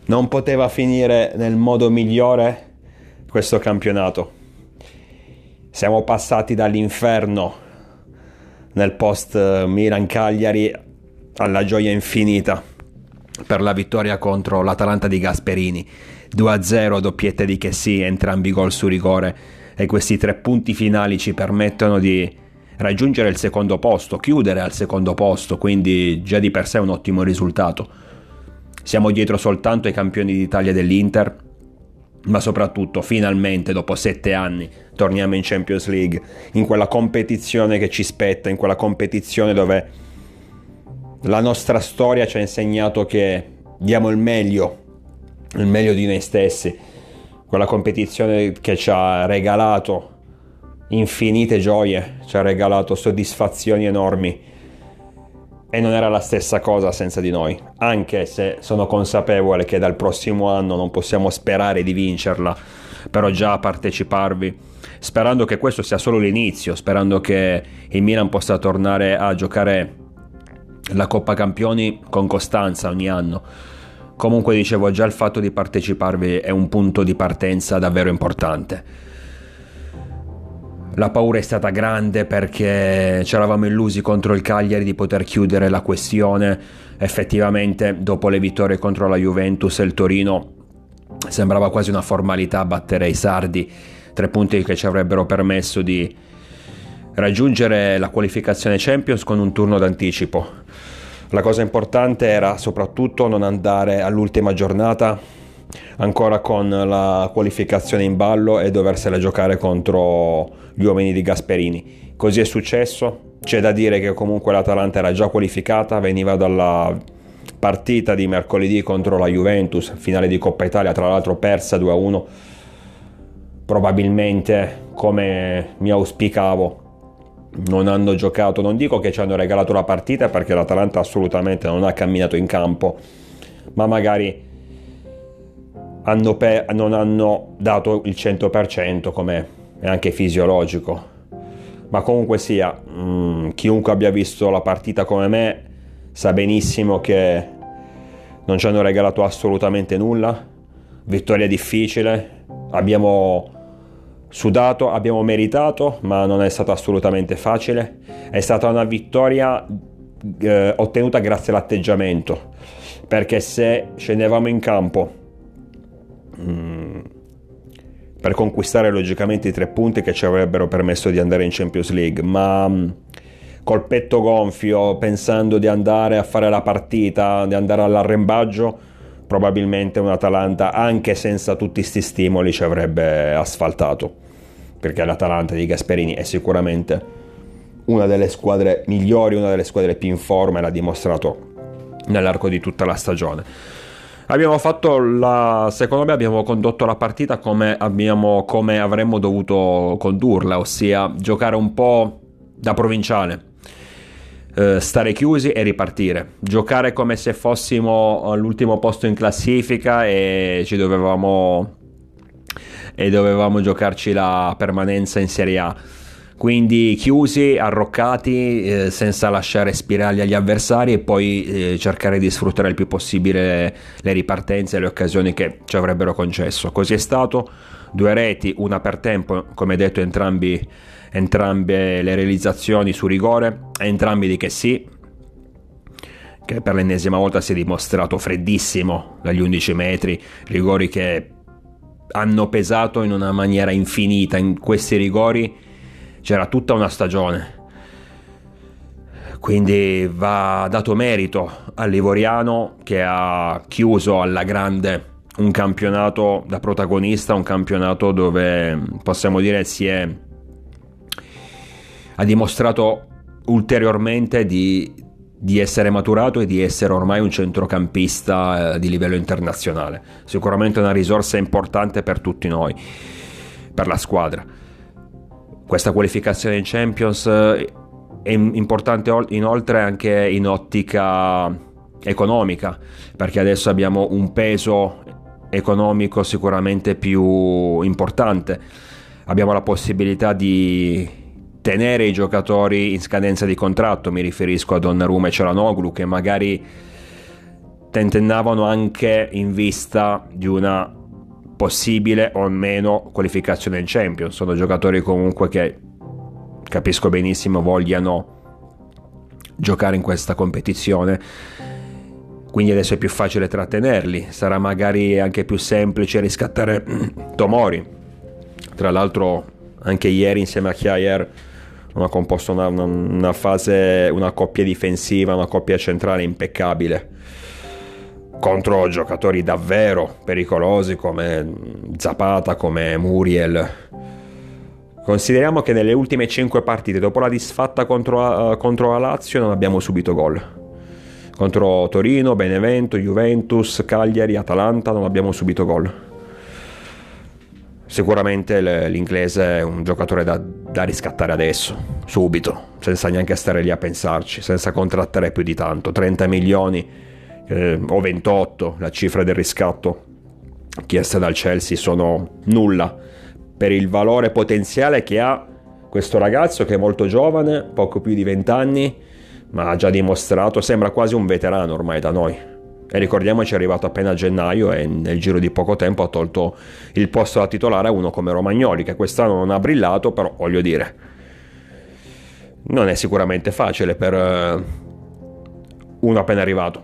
Non poteva finire nel modo migliore questo campionato. Siamo passati dall'inferno nel post Milan-Cagliari alla gioia infinita per la vittoria contro l'Atalanta di Gasperini. 2-0, doppiette di Chessy, entrambi gol su rigore, e questi 3 punti finali ci permettono di raggiungere il secondo posto, chiudere al secondo posto, quindi già di per sé un ottimo risultato. Siamo dietro soltanto ai campioni d'Italia dell'Inter, ma soprattutto finalmente dopo 7 anni torniamo in Champions League, in quella competizione che ci spetta, in quella competizione dove la nostra storia ci ha insegnato che diamo il meglio di noi stessi, quella competizione che ci ha regalato infinite gioie, ci ha regalato soddisfazioni enormi, e non era la stessa cosa senza di noi, anche se sono consapevole che dal prossimo anno non possiamo sperare di vincerla, però già parteciparvi, sperando che questo sia solo l'inizio, sperando che il Milan possa tornare a giocare la Coppa Campioni con costanza ogni anno. Comunque, dicevo, già il fatto di parteciparvi è un punto di partenza davvero importante. La paura è stata grande perché ci eravamo illusi contro il Cagliari di poter chiudere la questione. Effettivamente, dopo le vittorie contro la Juventus e il Torino, sembrava quasi una formalità battere i sardi, 3 punti che ci avrebbero permesso di raggiungere la qualificazione Champions con un turno d'anticipo. La cosa importante era soprattutto non andare all'ultima giornata ancora con la qualificazione in ballo e doversela giocare contro gli uomini di Gasperini. Così è successo. C'è da dire che comunque l'Atalanta era già qualificata, veniva dalla partita di mercoledì contro la Juventus, finale di Coppa Italia, tra l'altro persa 2-1. Probabilmente, come mi auspicavo, non hanno giocato, non dico che ci hanno regalato la partita, perché l'Atalanta assolutamente non ha camminato in campo, ma magari non hanno dato il 100%, come è anche fisiologico. Ma comunque sia, chiunque abbia visto la partita come me sa benissimo che non ci hanno regalato assolutamente nulla. Vittoria difficile, abbiamo sudato, abbiamo meritato, ma non è stato assolutamente facile. È stata una vittoria ottenuta grazie all'atteggiamento, perché se scendevamo in campo per conquistare logicamente i 3 punti che ci avrebbero permesso di andare in Champions League, ma col petto gonfio, pensando di andare a fare la partita, di andare all'arrembaggio, probabilmente un Atalanta, anche senza tutti sti stimoli, ci avrebbe asfaltato, perché l'Atalanta di Gasperini è sicuramente una delle squadre migliori, una delle squadre più in forma, e l'ha dimostrato nell'arco di tutta la stagione. Secondo me abbiamo condotto la partita come avremmo dovuto condurla, ossia giocare un po' da provinciale, stare chiusi e ripartire, giocare come se fossimo all'ultimo posto in classifica e dovevamo giocarci la permanenza in Serie A. Quindi chiusi, arroccati, senza lasciare spiragli agli avversari, e poi cercare di sfruttare il più possibile le ripartenze e le occasioni che ci avrebbero concesso. Così è stato: 2 reti, una per tempo, come detto, entrambe le realizzazioni su rigore, entrambi di Chessy, che per l'ennesima volta si è dimostrato freddissimo dagli 11 metri, rigori che hanno pesato in una maniera infinita. In questi rigori c'era tutta una stagione, quindi va dato merito all'Ivoriano, che ha chiuso alla grande un campionato da protagonista, un campionato dove possiamo dire ha dimostrato ulteriormente di essere maturato e di essere ormai un centrocampista di livello internazionale. Sicuramente una risorsa importante per tutti noi, per la squadra. Questa qualificazione in Champions è importante inoltre anche in ottica economica, perché adesso abbiamo un peso economico sicuramente più importante. Abbiamo la possibilità di tenere i giocatori in scadenza di contratto, mi riferisco a Donnarumma e Çalhanoğlu, che magari tentennavano anche in vista di una possibile o meno qualificazione in Champions. Sono giocatori comunque che capisco benissimo vogliano giocare in questa competizione, quindi adesso è più facile trattenerli, sarà magari anche più semplice riscattare Tomori. Tra l'altro anche ieri insieme a Kjaer hanno composto una fase, una coppia difensiva, una coppia centrale impeccabile contro giocatori davvero pericolosi come Zapata, come Muriel. Consideriamo che nelle ultime 5 partite, dopo la disfatta contro la Lazio, non abbiamo subito gol. Contro Torino, Benevento, Juventus, Cagliari, Atalanta non abbiamo subito gol. Sicuramente l'inglese è un giocatore da riscattare adesso, subito, senza neanche stare lì a pensarci, senza contrattare più di tanto. 30 milioni o 28, la cifra del riscatto chiesta dal Chelsea, sono nulla per il valore potenziale che ha questo ragazzo, che è molto giovane, poco più di 20 anni, ma ha già dimostrato, sembra quasi un veterano ormai da noi. E ricordiamoci, è arrivato appena a gennaio e nel giro di poco tempo ha tolto il posto da titolare a uno come Romagnoli, che quest'anno non ha brillato, però voglio dire, non è sicuramente facile per uno appena arrivato.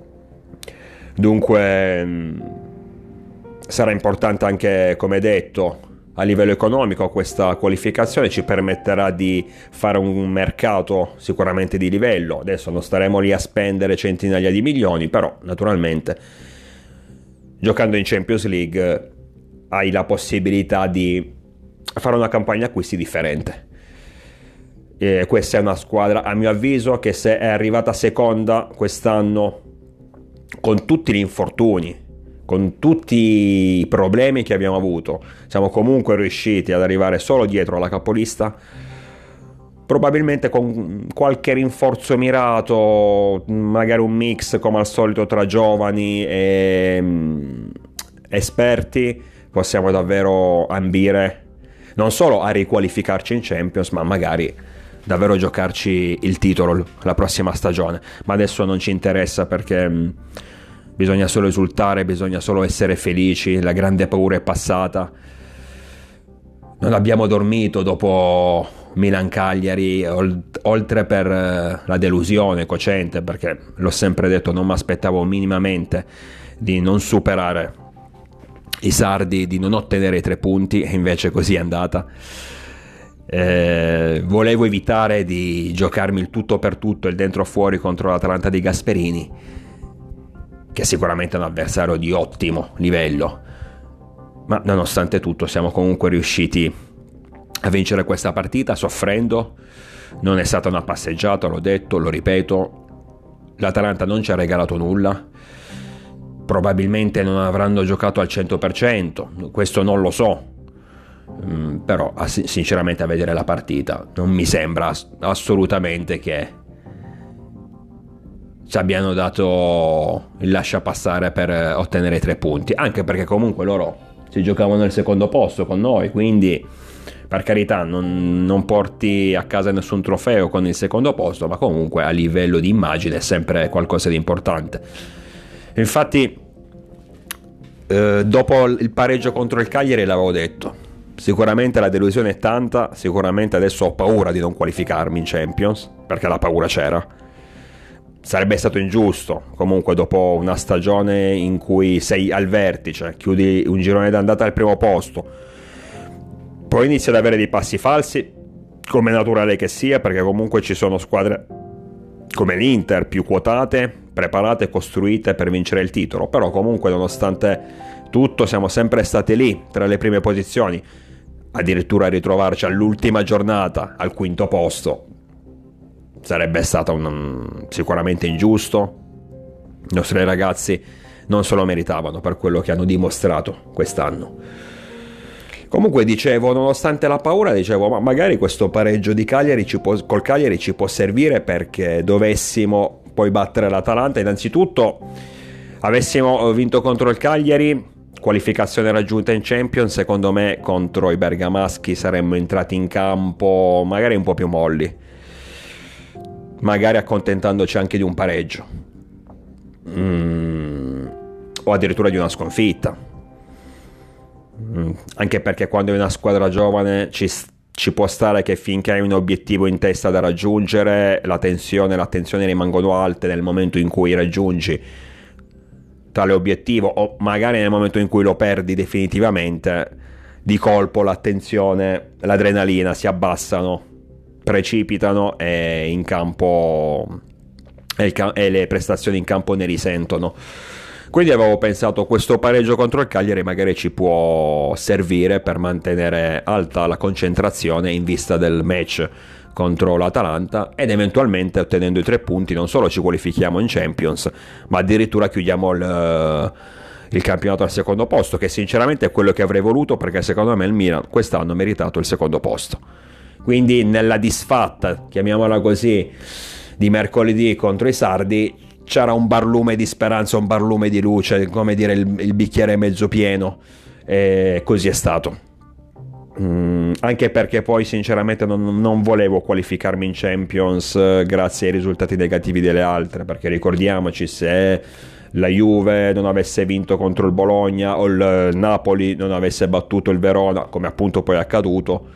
Dunque sarà importante anche, come detto, a livello economico. Questa qualificazione ci permetterà di fare un mercato sicuramente di livello. Adesso non staremo lì a spendere centinaia di milioni, però naturalmente giocando in Champions League hai la possibilità di fare una campagna acquisti differente. E questa è una squadra, a mio avviso, che se è arrivata seconda quest'anno, con tutti gli infortuni, con tutti i problemi che abbiamo avuto, siamo comunque riusciti ad arrivare solo dietro alla capolista, probabilmente con qualche rinforzo mirato, magari un mix come al solito tra giovani e esperti, possiamo davvero ambire non solo a riqualificarci in Champions, ma magari davvero giocarci il titolo la prossima stagione. Ma adesso non ci interessa, perché bisogna solo esultare, bisogna solo essere felici, la grande paura è passata. Non abbiamo dormito dopo Milan-Cagliari, oltre per la delusione cocente, perché l'ho sempre detto, non mi aspettavo minimamente di non superare i sardi, di non ottenere i 3 punti, e invece così è andata. Volevo evitare di giocarmi il tutto per tutto, il dentro fuori contro l'Atalanta di Gasperini, che sicuramente è un avversario di ottimo livello, ma nonostante tutto siamo comunque riusciti a vincere questa partita soffrendo. Non è stata una passeggiata, l'ho detto, lo ripeto, l'Atalanta non ci ha regalato nulla, probabilmente non avranno giocato al 100%, questo non lo so, però sinceramente a vedere la partita non mi sembra assolutamente che ci abbiano dato il lasciapassare per ottenere 3 punti, anche perché comunque loro si giocavano il secondo posto con noi, quindi per carità non porti a casa nessun trofeo con il secondo posto, ma comunque a livello di immagine è sempre qualcosa di importante. Infatti dopo il pareggio contro il Cagliari l'avevo detto, sicuramente la delusione è tanta, sicuramente adesso ho paura di non qualificarmi in Champions, perché la paura c'era. Sarebbe stato ingiusto comunque, dopo una stagione in cui sei al vertice, chiudi un girone d'andata al primo posto, poi inizi ad avere dei passi falsi, come è naturale che sia, perché comunque ci sono squadre come l'Inter più quotate, preparate e costruite per vincere il titolo, però comunque nonostante tutto siamo sempre stati lì tra le prime posizioni, addirittura ritrovarci all'ultima giornata al 5° posto sarebbe stato sicuramente ingiusto. I nostri ragazzi non se lo meritavano per quello che hanno dimostrato quest'anno. Comunque dicevo, nonostante la paura, dicevo, ma magari questo pareggio di Cagliari col Cagliari ci può servire perché dovessimo poi battere l'Atalanta. Innanzitutto avessimo vinto contro il Cagliari, qualificazione raggiunta in Champions, secondo me contro i bergamaschi saremmo entrati in campo magari un po' più molli, magari accontentandoci anche di un pareggio. o addirittura di una sconfitta. Anche perché quando hai una squadra giovane ci può stare che finché hai un obiettivo in testa da raggiungere, la tensione e l'attenzione rimangono alte nel momento in cui raggiungi tale obiettivo, o magari nel momento in cui lo perdi definitivamente, di colpo l'attenzione, l'adrenalina si abbassano, precipitano e in campo e le prestazioni in campo ne risentono. Quindi avevo pensato questo pareggio contro il Cagliari magari ci può servire per mantenere alta la concentrazione in vista del match contro l'Atalanta, ed eventualmente ottenendo i 3 punti non solo ci qualifichiamo in Champions, ma addirittura chiudiamo il campionato al secondo posto, che sinceramente è quello che avrei voluto, perché secondo me il Milan quest'anno ha meritato il secondo posto. Quindi nella disfatta, chiamiamola così, di mercoledì contro i sardi c'era un barlume di speranza, un barlume di luce, come dire il bicchiere mezzo pieno, e così è stato. Anche perché poi sinceramente non volevo qualificarmi in Champions grazie ai risultati negativi delle altre, perché ricordiamoci, se la Juve non avesse vinto contro il Bologna o il Napoli non avesse battuto il Verona, come appunto poi è accaduto,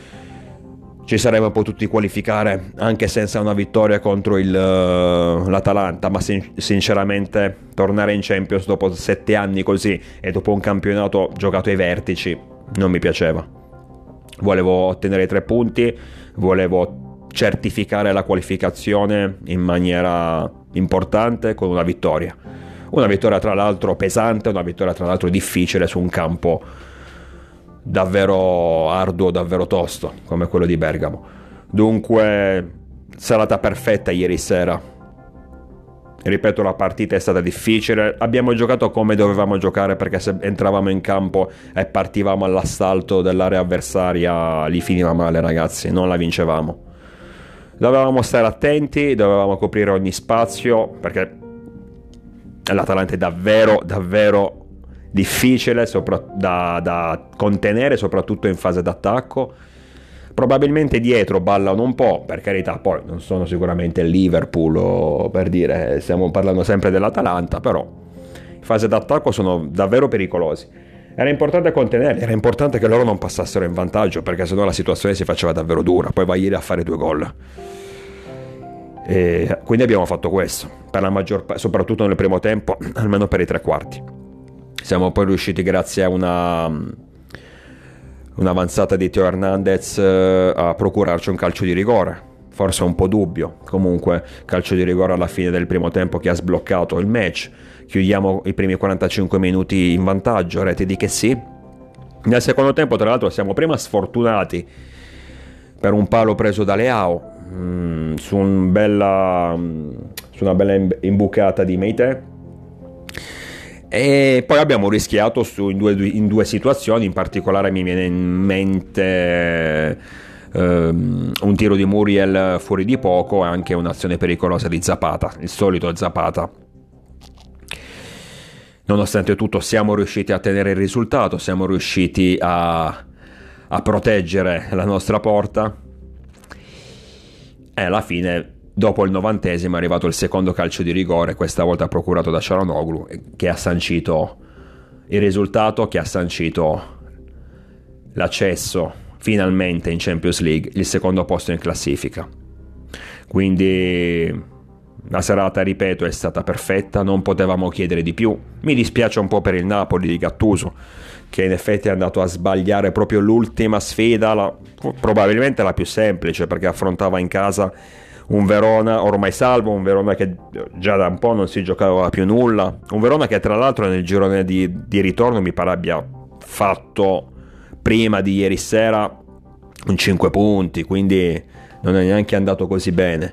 ci saremmo potuti qualificare anche senza una vittoria contro l'Atalanta, ma sinceramente tornare in Champions dopo 7 anni così e dopo un campionato giocato ai vertici non mi piaceva. Volevo ottenere i 3 punti, volevo certificare la qualificazione in maniera importante con una vittoria tra l'altro pesante, una vittoria tra l'altro difficile su un campo davvero arduo, davvero tosto come quello di Bergamo. Dunque serata perfetta ieri sera, ripeto, la partita è stata difficile, abbiamo giocato come dovevamo giocare, perché se entravamo in campo e partivamo all'assalto dell'area avversaria lì finiva male, ragazzi, non la vincevamo. Dovevamo stare attenti, dovevamo coprire ogni spazio, perché l'Atalanta è davvero davvero difficile da contenere, soprattutto in fase d'attacco. Probabilmente dietro ballano un po', per carità, poi non sono sicuramente il Liverpool, o per dire, stiamo parlando sempre dell'Atalanta, però in fase d'attacco sono davvero pericolosi. Era importante contenerli, era importante che loro non passassero in vantaggio, perché sennò la situazione si faceva davvero dura. Poi vai a fare 2 gol. E quindi abbiamo fatto questo, per la maggior soprattutto nel primo tempo, almeno per i 3 quarti. Siamo poi riusciti, grazie a un'avanzata di Teo Hernandez, a procurarci un calcio di rigore, forse un po' dubbio, comunque calcio di rigore alla fine del primo tempo che ha sbloccato il match. Chiudiamo i primi 45 minuti in vantaggio, rete di che sì. Nel secondo tempo tra l'altro siamo prima sfortunati per un palo preso da Leao su una bella imbucata di Meite, e poi abbiamo rischiato in due situazioni. In particolare mi viene in mente un tiro di Muriel fuori di poco e anche un'azione pericolosa di Zapata, il solito Zapata. Nonostante tutto siamo riusciti a tenere il risultato, siamo riusciti a proteggere la nostra porta, e alla fine, dopo il 90esimo, è arrivato il secondo calcio di rigore, questa volta procurato da Çalhanoğlu, che ha sancito il risultato, che ha sancito l'accesso finalmente in Champions League, il secondo posto in classifica. Quindi la serata, ripeto, è stata perfetta, non potevamo chiedere di più. Mi dispiace un po' per il Napoli di Gattuso, che in effetti è andato a sbagliare proprio l'ultima sfida, probabilmente la più semplice, perché affrontava in casa un Verona ormai salvo, un Verona che già da un po' non si giocava più nulla, un Verona che tra l'altro nel girone di ritorno mi pare abbia fatto prima di ieri sera un 5 punti, quindi non è neanche andato così bene.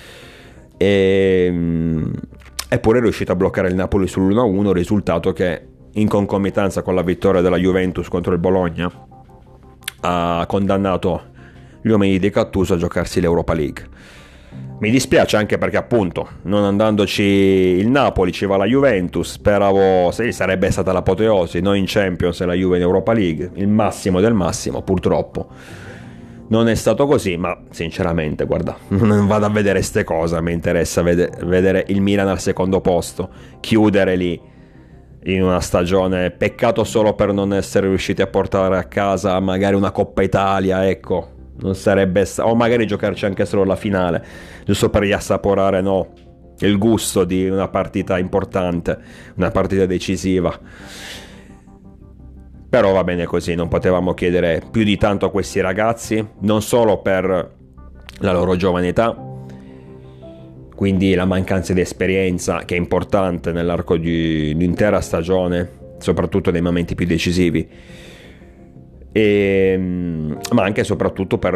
Eppure è riuscito a bloccare il Napoli sull'1-1, risultato che in concomitanza con la vittoria della Juventus contro il Bologna ha condannato gli uomini di Gattuso a giocarsi l'Europa League. Mi dispiace anche perché appunto non andandoci il Napoli ci va la Juventus, speravo sarebbe stata l'apoteosi, noi in Champions e la Juve in Europa League, il massimo del massimo. Purtroppo non è stato così, ma sinceramente guarda, non vado a vedere cose, mi interessa vedere il Milan al secondo posto, chiudere lì in una stagione. Peccato solo per non essere riusciti a portare a casa magari una Coppa Italia, ecco. Non sarebbe o magari giocarci anche solo la finale, giusto per riassaporare, no, il gusto di una partita importante, una partita decisiva. Però va bene così, non potevamo chiedere più di tanto a questi ragazzi, non solo per la loro giovane età, quindi la mancanza di esperienza, che è importante nell'arco di un'intera stagione, soprattutto nei momenti più decisivi, ma anche e soprattutto per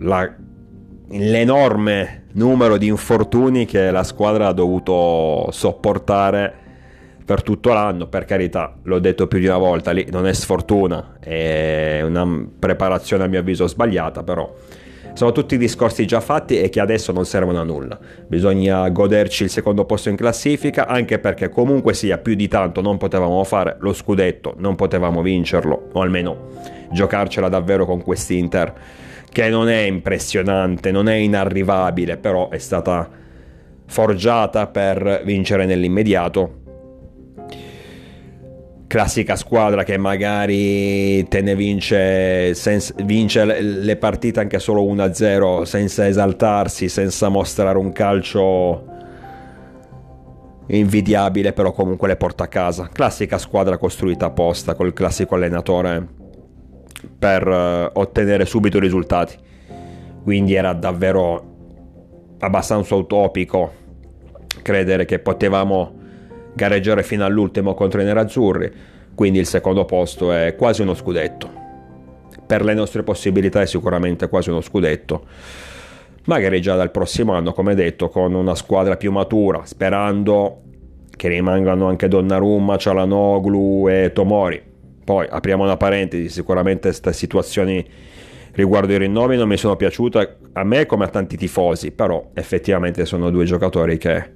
l'enorme numero di infortuni che la squadra ha dovuto sopportare per tutto l'anno. Per carità, l'ho detto più di una volta, lì non è sfortuna, è una preparazione a mio avviso sbagliata, però sono tutti discorsi già fatti e che adesso non servono a nulla. Bisogna goderci il secondo posto in classifica, anche perché comunque sia più di tanto non potevamo fare lo scudetto, non potevamo vincerlo, o almeno giocarcela davvero con quest'Inter, che non è impressionante, non è inarrivabile, però è stata forgiata per vincere nell'immediato. Classica squadra che magari te ne vince le partite anche solo 1-0 senza esaltarsi, senza mostrare un calcio invidiabile, però comunque le porta a casa. Classica squadra costruita apposta col classico allenatore per ottenere subito risultati. Quindi era davvero abbastanza utopico credere che potevamo gareggiare fino all'ultimo contro i nerazzurri, quindi il secondo posto è quasi uno scudetto. Per le nostre possibilità è sicuramente quasi uno scudetto, magari già dal prossimo anno, come detto, con una squadra più matura, sperando che rimangano anche Donnarumma, Çalhanoğlu e Tomori. Poi apriamo una parentesi, sicuramente queste situazioni riguardo i rinnovi non mi sono piaciute a me come a tanti tifosi, però effettivamente sono due giocatori che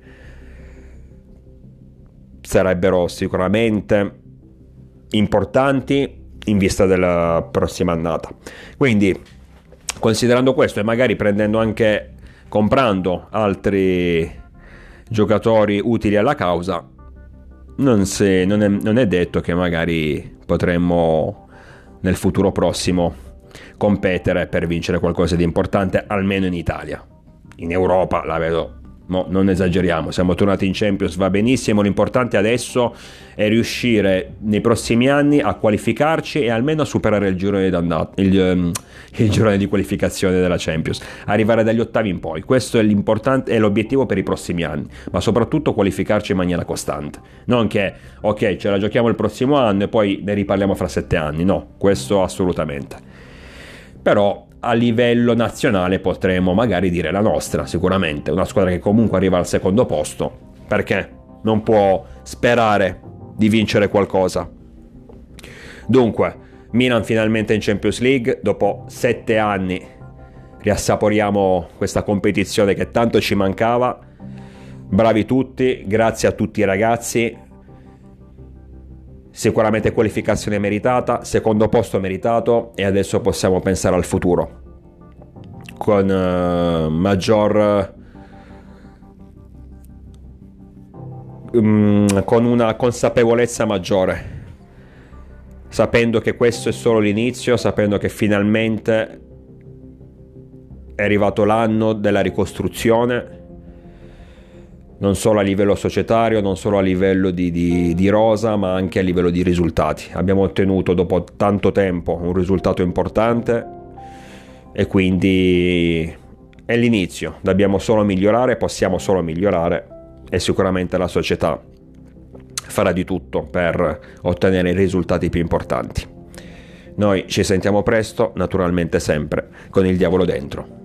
sarebbero sicuramente importanti in vista della prossima annata. Quindi, considerando questo e magari comprando altri giocatori utili alla causa, non è detto che magari potremmo nel futuro prossimo competere per vincere qualcosa di importante, almeno in Italia. In Europa la vedo. No, non esageriamo, siamo tornati in Champions, va benissimo, l'importante adesso è riuscire nei prossimi anni a qualificarci e almeno a superare il girone il girone di qualificazione della Champions, arrivare dagli ottavi in poi. Questo è l'importante, è l'obiettivo per i prossimi anni, ma soprattutto qualificarci in maniera costante, non che ok, ce la giochiamo il prossimo anno e poi ne riparliamo fra 7 anni, no, questo assolutamente. Però a livello nazionale potremo magari dire la nostra, sicuramente, una squadra che comunque arriva al secondo posto, perché non può sperare di vincere qualcosa. Dunque, Milan finalmente in Champions League, dopo 7 anni riassaporiamo questa competizione che tanto ci mancava. Bravi tutti, grazie a tutti i ragazzi, sicuramente qualificazione meritata, secondo posto meritato, e adesso possiamo pensare al futuro con con una consapevolezza maggiore, sapendo che questo è solo l'inizio, sapendo che finalmente è arrivato l'anno della ricostruzione, non solo a livello societario, non solo a livello di rosa, ma anche a livello di risultati. Abbiamo ottenuto dopo tanto tempo un risultato importante e quindi è l'inizio. Dobbiamo solo migliorare, possiamo solo migliorare e sicuramente la società farà di tutto per ottenere i risultati più importanti. Noi ci sentiamo presto, naturalmente sempre con il diavolo dentro.